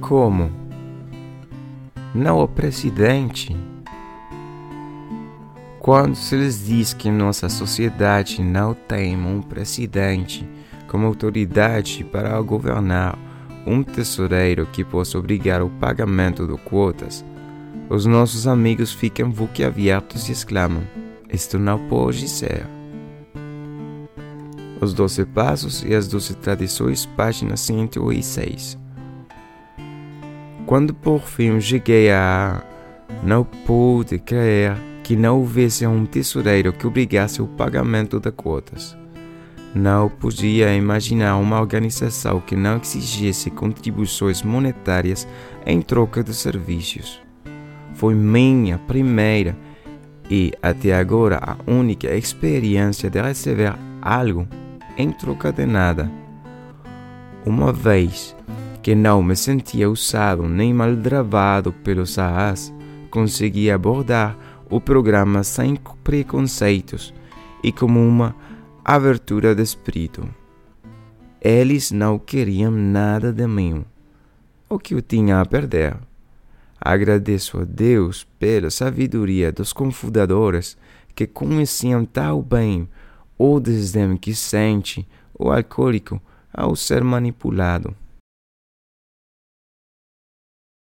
Como? Não o presidente? Quando se lhes diz que nossa sociedade não tem um presidente como autoridade para governar, um tesoureiro que possa obrigar o pagamento de quotas, os nossos amigos ficam boquiabertos e exclamam: isto não pode ser. Os 12 Passos e as 12 Tradições, página 106. Quando por fim cheguei não pude crer que não houvesse um tesoureiro que obrigasse o pagamento de quotas. Não podia imaginar uma organização que não exigisse contribuições monetárias em troca de serviços. Foi minha primeira e, até agora, a única experiência de receber algo em troca de nada. Uma vez que não me sentia usado nem maltratado pelos AAs, consegui abordar o programa sem preconceitos e com uma abertura de espírito. Eles não queriam nada de mim. O que eu tinha a perder? Agradeço a Deus pela sabedoria dos confundadores que conheciam tão bem o desdém que sente o alcoólico ao ser manipulado.